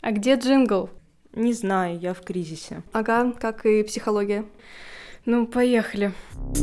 А где джингл? Не знаю, я в кризисе. Ага, как и психология. Ну, поехали.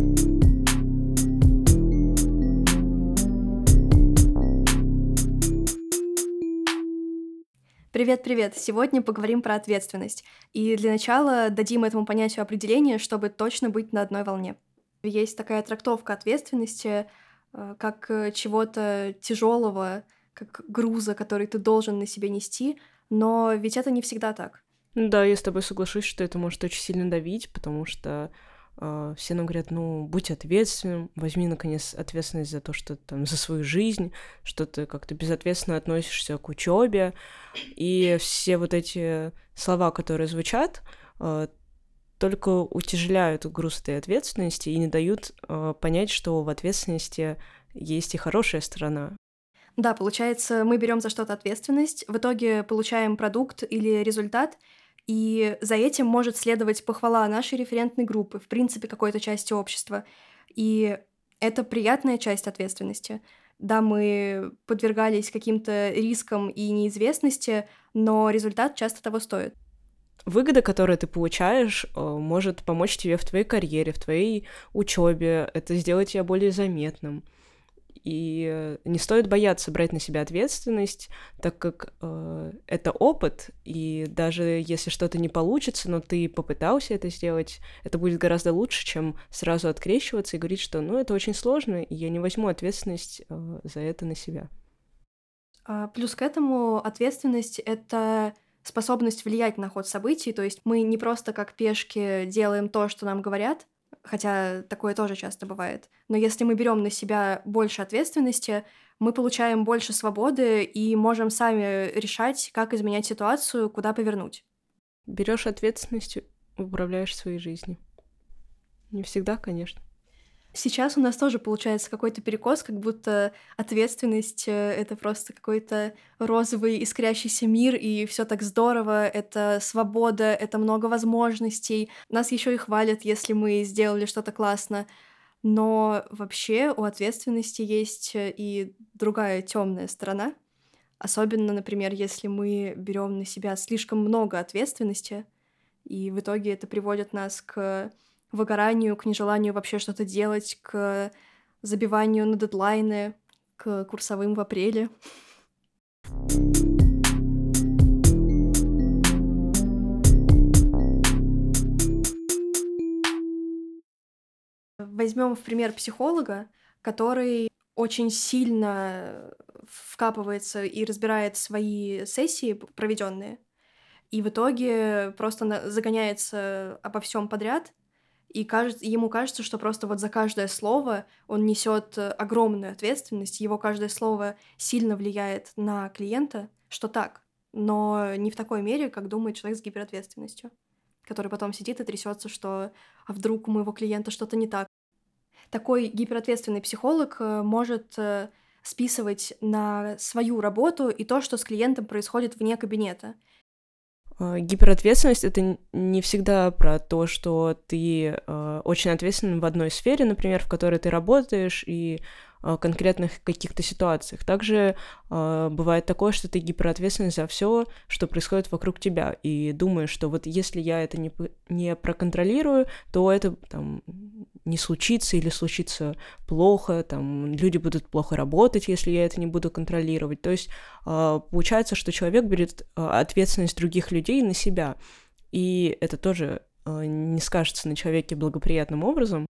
Привет-привет! Сегодня поговорим про ответственность. И для начала дадим этому понятию определение, чтобы точно быть на одной волне. Есть такая трактовка ответственности, как чего-то тяжелого, как груза, который ты должен на себе нести, но ведь это не всегда так. Ну да, я с тобой соглашусь, что это может очень сильно давить, потому что все нам говорят, ну, будь ответственным, возьми, наконец, ответственность за то, что там, за свою жизнь, что ты как-то безответственно относишься к учебе, и все вот эти слова, которые звучат, только утяжеляют груз этой ответственности и не дают понять, что в ответственности есть и хорошая сторона. Да, получается, мы берем за что-то ответственность, в итоге получаем продукт или результат, и за этим может следовать похвала нашей референтной группы, в принципе, какой-то части общества. И это приятная часть ответственности. Да, мы подвергались каким-то рискам и неизвестности, но результат часто того стоит. Выгода, которую ты получаешь, может помочь тебе в твоей карьере, в твоей учебе, это сделать тебя более заметным. И не стоит бояться брать на себя ответственность, так как это опыт, и даже если что-то не получится, но ты попытался это сделать, это будет гораздо лучше, чем сразу открещиваться и говорить, что ну это очень сложно, и я не возьму ответственность за это на себя. Плюс к этому ответственность — это способность влиять на ход событий, то есть мы не просто как пешки делаем то, что нам говорят, хотя такое тоже часто бывает, но если мы берем на себя больше ответственности, мы получаем больше свободы и можем сами решать, как изменять ситуацию, куда повернуть. Берешь ответственность, управляешь своей жизнью. Не всегда, конечно. Сейчас у нас тоже получается какой-то перекос, как будто ответственность это просто какой-то розовый искрящийся мир, и все так здорово, это свобода, это много возможностей. Нас еще и хвалят, если мы сделали что-то классно. Но вообще у ответственности есть и другая темная сторона. Особенно, например, если мы берем на себя слишком много ответственности, и в итоге это приводит нас к выгоранию, к нежеланию вообще что-то делать, к забиванию на дедлайны, к курсовым в апреле. Возьмем в пример психолога, который очень сильно вкапывается и разбирает свои сессии проведенные, и в итоге просто загоняется обо всем подряд, и ему кажется, что просто вот за каждое слово он несет огромную ответственность, его каждое слово сильно влияет на клиента, что так, но не в такой мере, как думает человек с гиперответственностью, который потом сидит и трясется, что а вдруг у моего клиента что-то не так. Такой гиперответственный психолог может списывать на свою работу и то, что с клиентом происходит вне кабинета. Гиперответственность — это не всегда про то, что ты очень ответственен в одной сфере, например, в которой ты работаешь, и конкретных каких-то ситуациях. Также бывает такое, что ты гиперответственен за все, что происходит вокруг тебя, и думаешь, что вот если я это не проконтролирую, то это там не случится или случится плохо, там люди будут плохо работать, если я это не буду контролировать. То есть получается, что человек берет ответственность других людей на себя, и это тоже не скажется на человеке благоприятным образом.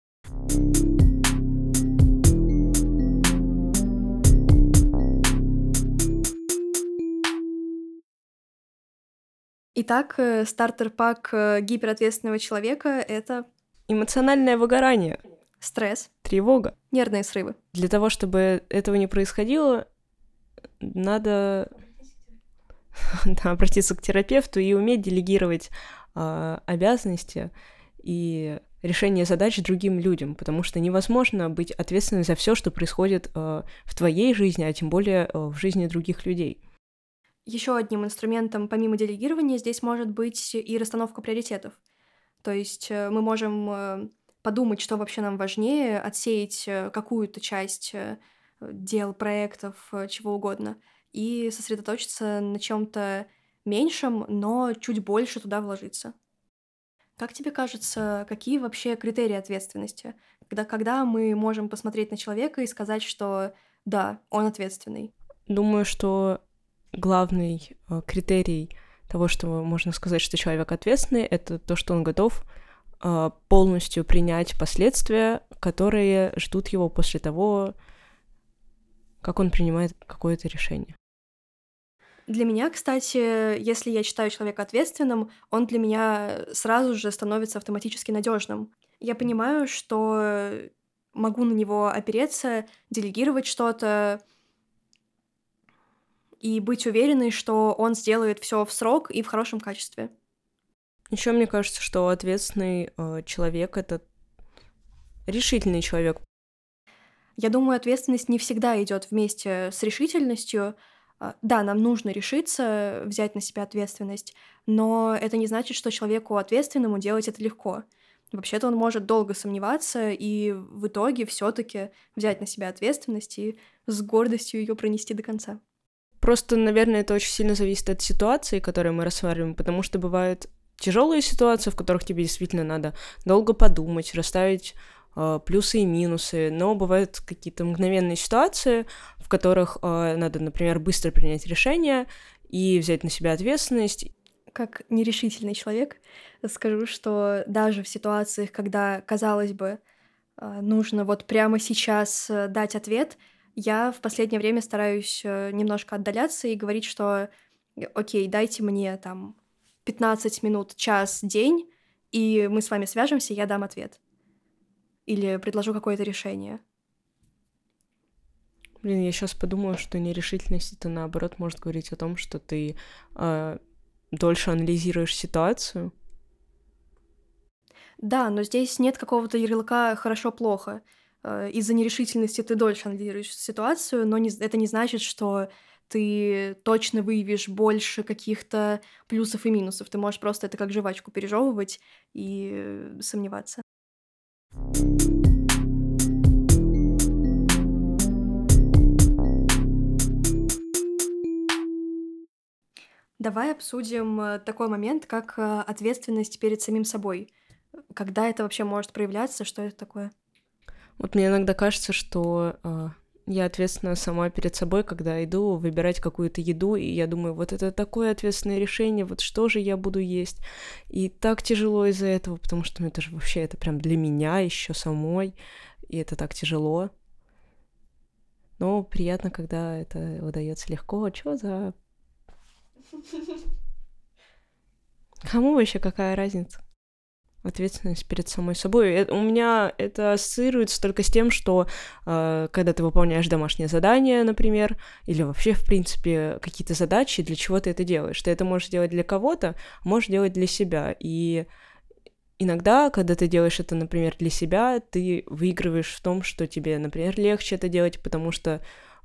Итак, стартер-пак гиперответственного человека — это Эмоциональное выгорание, стресс, тревога. нервные срывы. Для того, чтобы этого не происходило, надо обратиться к терапевту и уметь делегировать обязанности и решение задач другим людям, потому что невозможно быть ответственным за все, что происходит в твоей жизни, а тем более в жизни других людей. Еще одним инструментом, помимо делегирования, здесь может быть и расстановка приоритетов. То есть мы можем подумать, что вообще нам важнее, отсеять какую-то часть дел, проектов, чего угодно, и сосредоточиться на чем-то меньшем, но чуть больше туда вложиться. Как тебе кажется, какие вообще критерии ответственности? Когда мы можем посмотреть на человека и сказать, что да, он ответственный? Думаю, что главный критерий того, что можно сказать, что человек ответственный, это то, что он готов полностью принять последствия, которые ждут его после того, как он принимает какое-то решение. Для меня, кстати, если я считаю человека ответственным, он для меня сразу же становится автоматически надежным. Я понимаю, что могу на него опереться, делегировать что-то и быть уверенной, что он сделает все в срок и в хорошем качестве. Еще мне кажется, что ответственный человек — это решительный человек. Я думаю, ответственность не всегда идет вместе с решительностью. Да, нам нужно решиться, взять на себя ответственность, но это не значит, что человеку ответственному делать это легко. Вообще-то он может долго сомневаться и в итоге все-таки взять на себя ответственность и с гордостью ее пронести до конца. Просто, наверное, это очень сильно зависит от ситуации, которую мы рассматриваем, потому что бывают тяжелые ситуации, в которых тебе действительно надо долго подумать, расставить плюсы и минусы, но бывают какие-то мгновенные ситуации, в которых надо, например, быстро принять решение и взять на себя ответственность. Как нерешительный человек скажу, что даже в ситуациях, когда, казалось бы, нужно вот прямо сейчас дать ответ, я в последнее время стараюсь немножко отдаляться и говорить, что окей, дайте мне там 15 минут, час, день, и мы с вами свяжемся, я дам ответ. Или предложу какое-то решение. Блин, я сейчас подумала, что нерешительность — это, наоборот, может говорить о том, что ты дольше анализируешь ситуацию. Да, но здесь нет какого-то ярлыка «хорошо-плохо». Из-за нерешительности ты дольше анализируешь ситуацию, но это не значит, что ты точно выявишь больше каких-то плюсов и минусов. Ты можешь просто это как жвачку пережевывать и сомневаться. Давай обсудим такой момент, как ответственность перед самим собой. Когда это вообще может проявляться, что это такое? Вот мне иногда кажется, что я ответственна сама перед собой, когда иду выбирать какую-то еду, и я думаю, вот это такое ответственное решение, вот что же я буду есть. И так тяжело из-за этого, потому что это же вообще это прям для меня еще самой, и это так тяжело. Но приятно, когда это удается легко. Чё за... Кому вообще какая разница? Ответственность перед самой собой. У меня это ассоциируется только с тем, что когда ты выполняешь домашнее задание, например, или вообще, в принципе, какие-то задачи, для чего ты это делаешь. Ты это можешь делать для кого-то, а можешь делать для себя. И иногда, когда ты делаешь это, например, для себя, ты выигрываешь в том, что тебе, например, легче это делать, потому что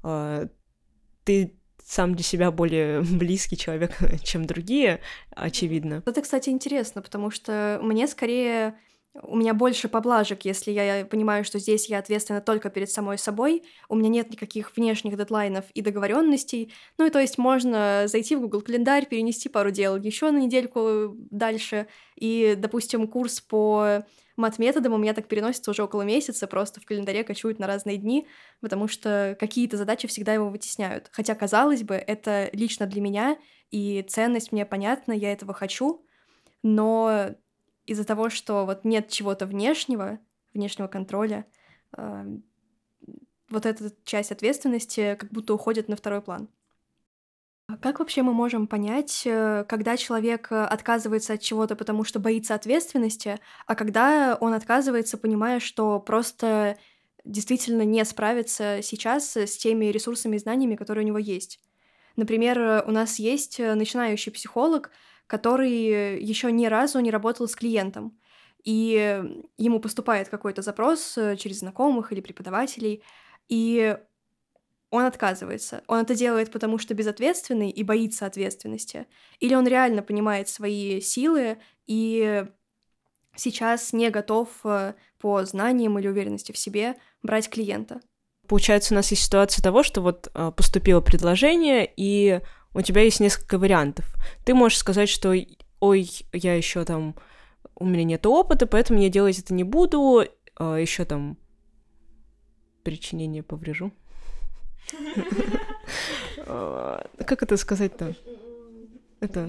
ты сам для себя более близкий человек, чем другие, очевидно. Это, кстати, интересно, потому что мне скорее... У меня больше поблажек, если я понимаю, что здесь я ответственна только перед самой собой, у меня нет никаких внешних дедлайнов и договоренностей. Ну и то есть можно зайти в Google календарь, перенести пару дел еще на недельку дальше, и, допустим, курс по мат-методам у меня так переносится уже около месяца, просто в календаре кочует на разные дни, потому что какие-то задачи всегда его вытесняют. Хотя, казалось бы, это лично для меня, и ценность мне понятна, я этого хочу, но из-за того, что вот нет чего-то внешнего контроля, вот эта часть ответственности как будто уходит на второй план. А как вообще мы можем понять, когда человек отказывается от чего-то, потому что боится ответственности, а когда он отказывается, понимая, что просто действительно не справится сейчас с теми ресурсами и знаниями, которые у него есть? Например, у нас есть начинающий психолог, который еще ни разу не работал с клиентом, и ему поступает какой-то запрос через знакомых или преподавателей, и он отказывается. Он это делает, потому что безответственный и боится ответственности, или он реально понимает свои силы и сейчас не готов по знаниям или уверенности в себе брать клиента. Получается, у нас есть ситуация того, что вот поступило предложение, и у тебя есть несколько вариантов. Ты можешь сказать, что ой, я еще там, у меня нет опыта, поэтому я делать это не буду, еще там причинение поврежу. Как это сказать-то? Это...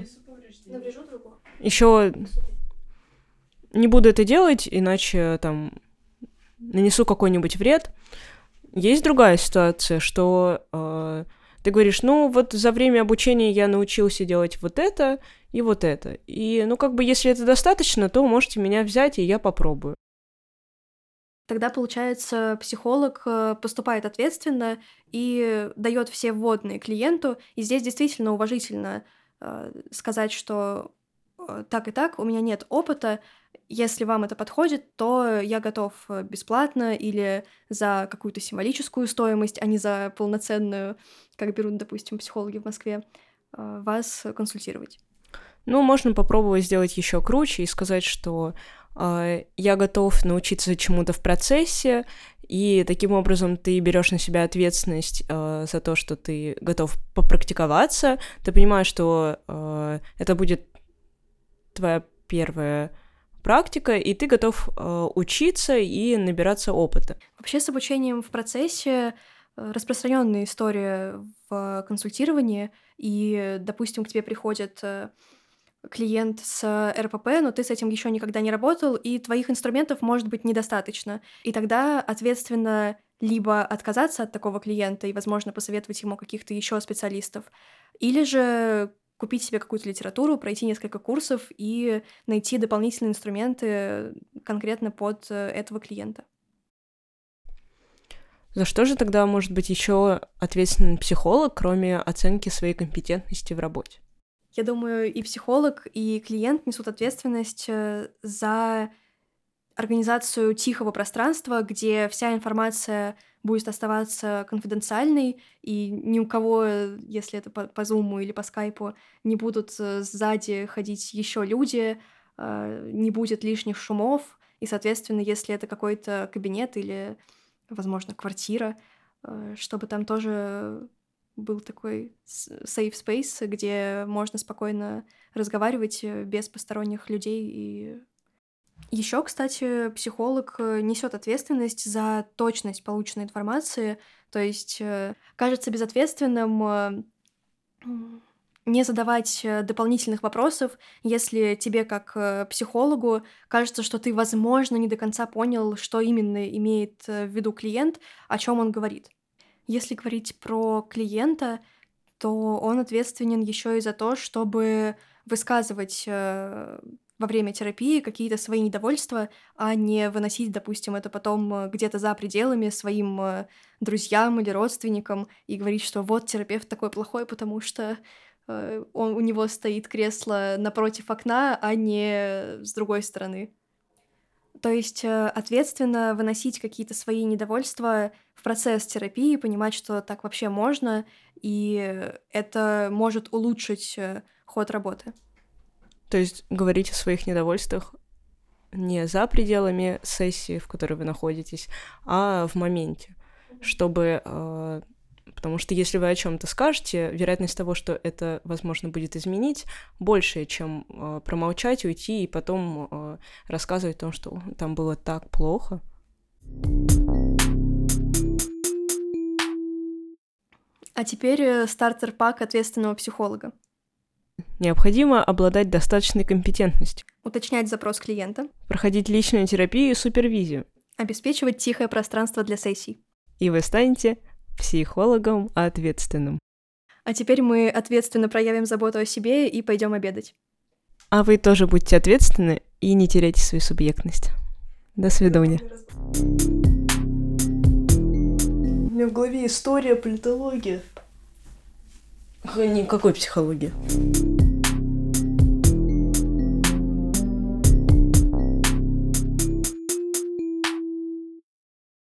Еще не буду это делать, иначе там нанесу какой-нибудь вред. Есть другая ситуация, что ты говоришь, ну вот за время обучения я научился делать вот это и вот это. И, ну как бы, если это достаточно, то можете меня взять, и я попробую. Тогда, получается, психолог поступает ответственно и дает все вводные клиенту. И здесь действительно уважительно сказать, что так и так, у меня нет опыта. Если вам это подходит, то я готов бесплатно или за какую-то символическую стоимость, а не за полноценную, как берут, допустим, психологи в Москве, вас консультировать. Ну, можно попробовать сделать еще круче и сказать, что я готов научиться чему-то в процессе, и таким образом ты берешь на себя ответственность за то, что ты готов попрактиковаться, ты понимаешь, что это будет твоя первая практика, и ты готов учиться и набираться опыта. Вообще с обучением в процессе распространенная история в консультировании, и, допустим, к тебе приходит клиент с РПП, но ты с этим еще никогда не работал, и твоих инструментов может быть недостаточно. И тогда ответственно либо отказаться от такого клиента и, возможно, посоветовать ему каких-то еще специалистов, или же купить себе какую-то литературу, пройти несколько курсов и найти дополнительные инструменты конкретно под этого клиента. За что же тогда может быть еще ответственный психолог, кроме оценки своей компетентности в работе? Я думаю, и психолог, и клиент несут ответственность за организацию тихого пространства, где вся информация будет оставаться конфиденциальной, и ни у кого, если это по Zoom или по Skype, не будут сзади ходить еще люди, не будет лишних шумов, и, соответственно, если это какой-то кабинет или, возможно, квартира, чтобы там тоже был такой safe space, где можно спокойно разговаривать без посторонних людей. И еще, кстати, психолог несет ответственность за точность полученной информации. То есть кажется безответственным не задавать дополнительных вопросов, если тебе, как психологу, кажется, что ты, возможно, не до конца понял, что именно имеет в виду клиент, о чем он говорит. Если говорить про клиента, то он ответственен еще и за то, чтобы высказывать во время терапии какие-то свои недовольства, а не выносить, допустим, это потом где-то за пределами своим друзьям или родственникам и говорить, что вот терапевт такой плохой, потому что у него стоит кресло напротив окна, а не с другой стороны. То есть ответственно выносить какие-то свои недовольства в процесс терапии, понимать, что так вообще можно, и это может улучшить ход работы. То есть говорить о своих недовольствах не за пределами сессии, в которой вы находитесь, а в моменте, чтобы... Потому что если вы о чем-то скажете, вероятность того, что это, возможно, будет изменить, больше, чем промолчать, уйти и потом рассказывать о том, что там было так плохо. А теперь стартер-пак ответственного психолога. Необходимо обладать достаточной компетентностью. Уточнять запрос клиента. Проходить личную терапию и супервизию. Обеспечивать тихое пространство для сессий. И вы станете психологом ответственным. А теперь мы ответственно проявим заботу о себе и пойдем обедать. А вы тоже будьте ответственны и не теряйте свою субъектность. До свидания. У меня в голове история, политология. Никакой психологии.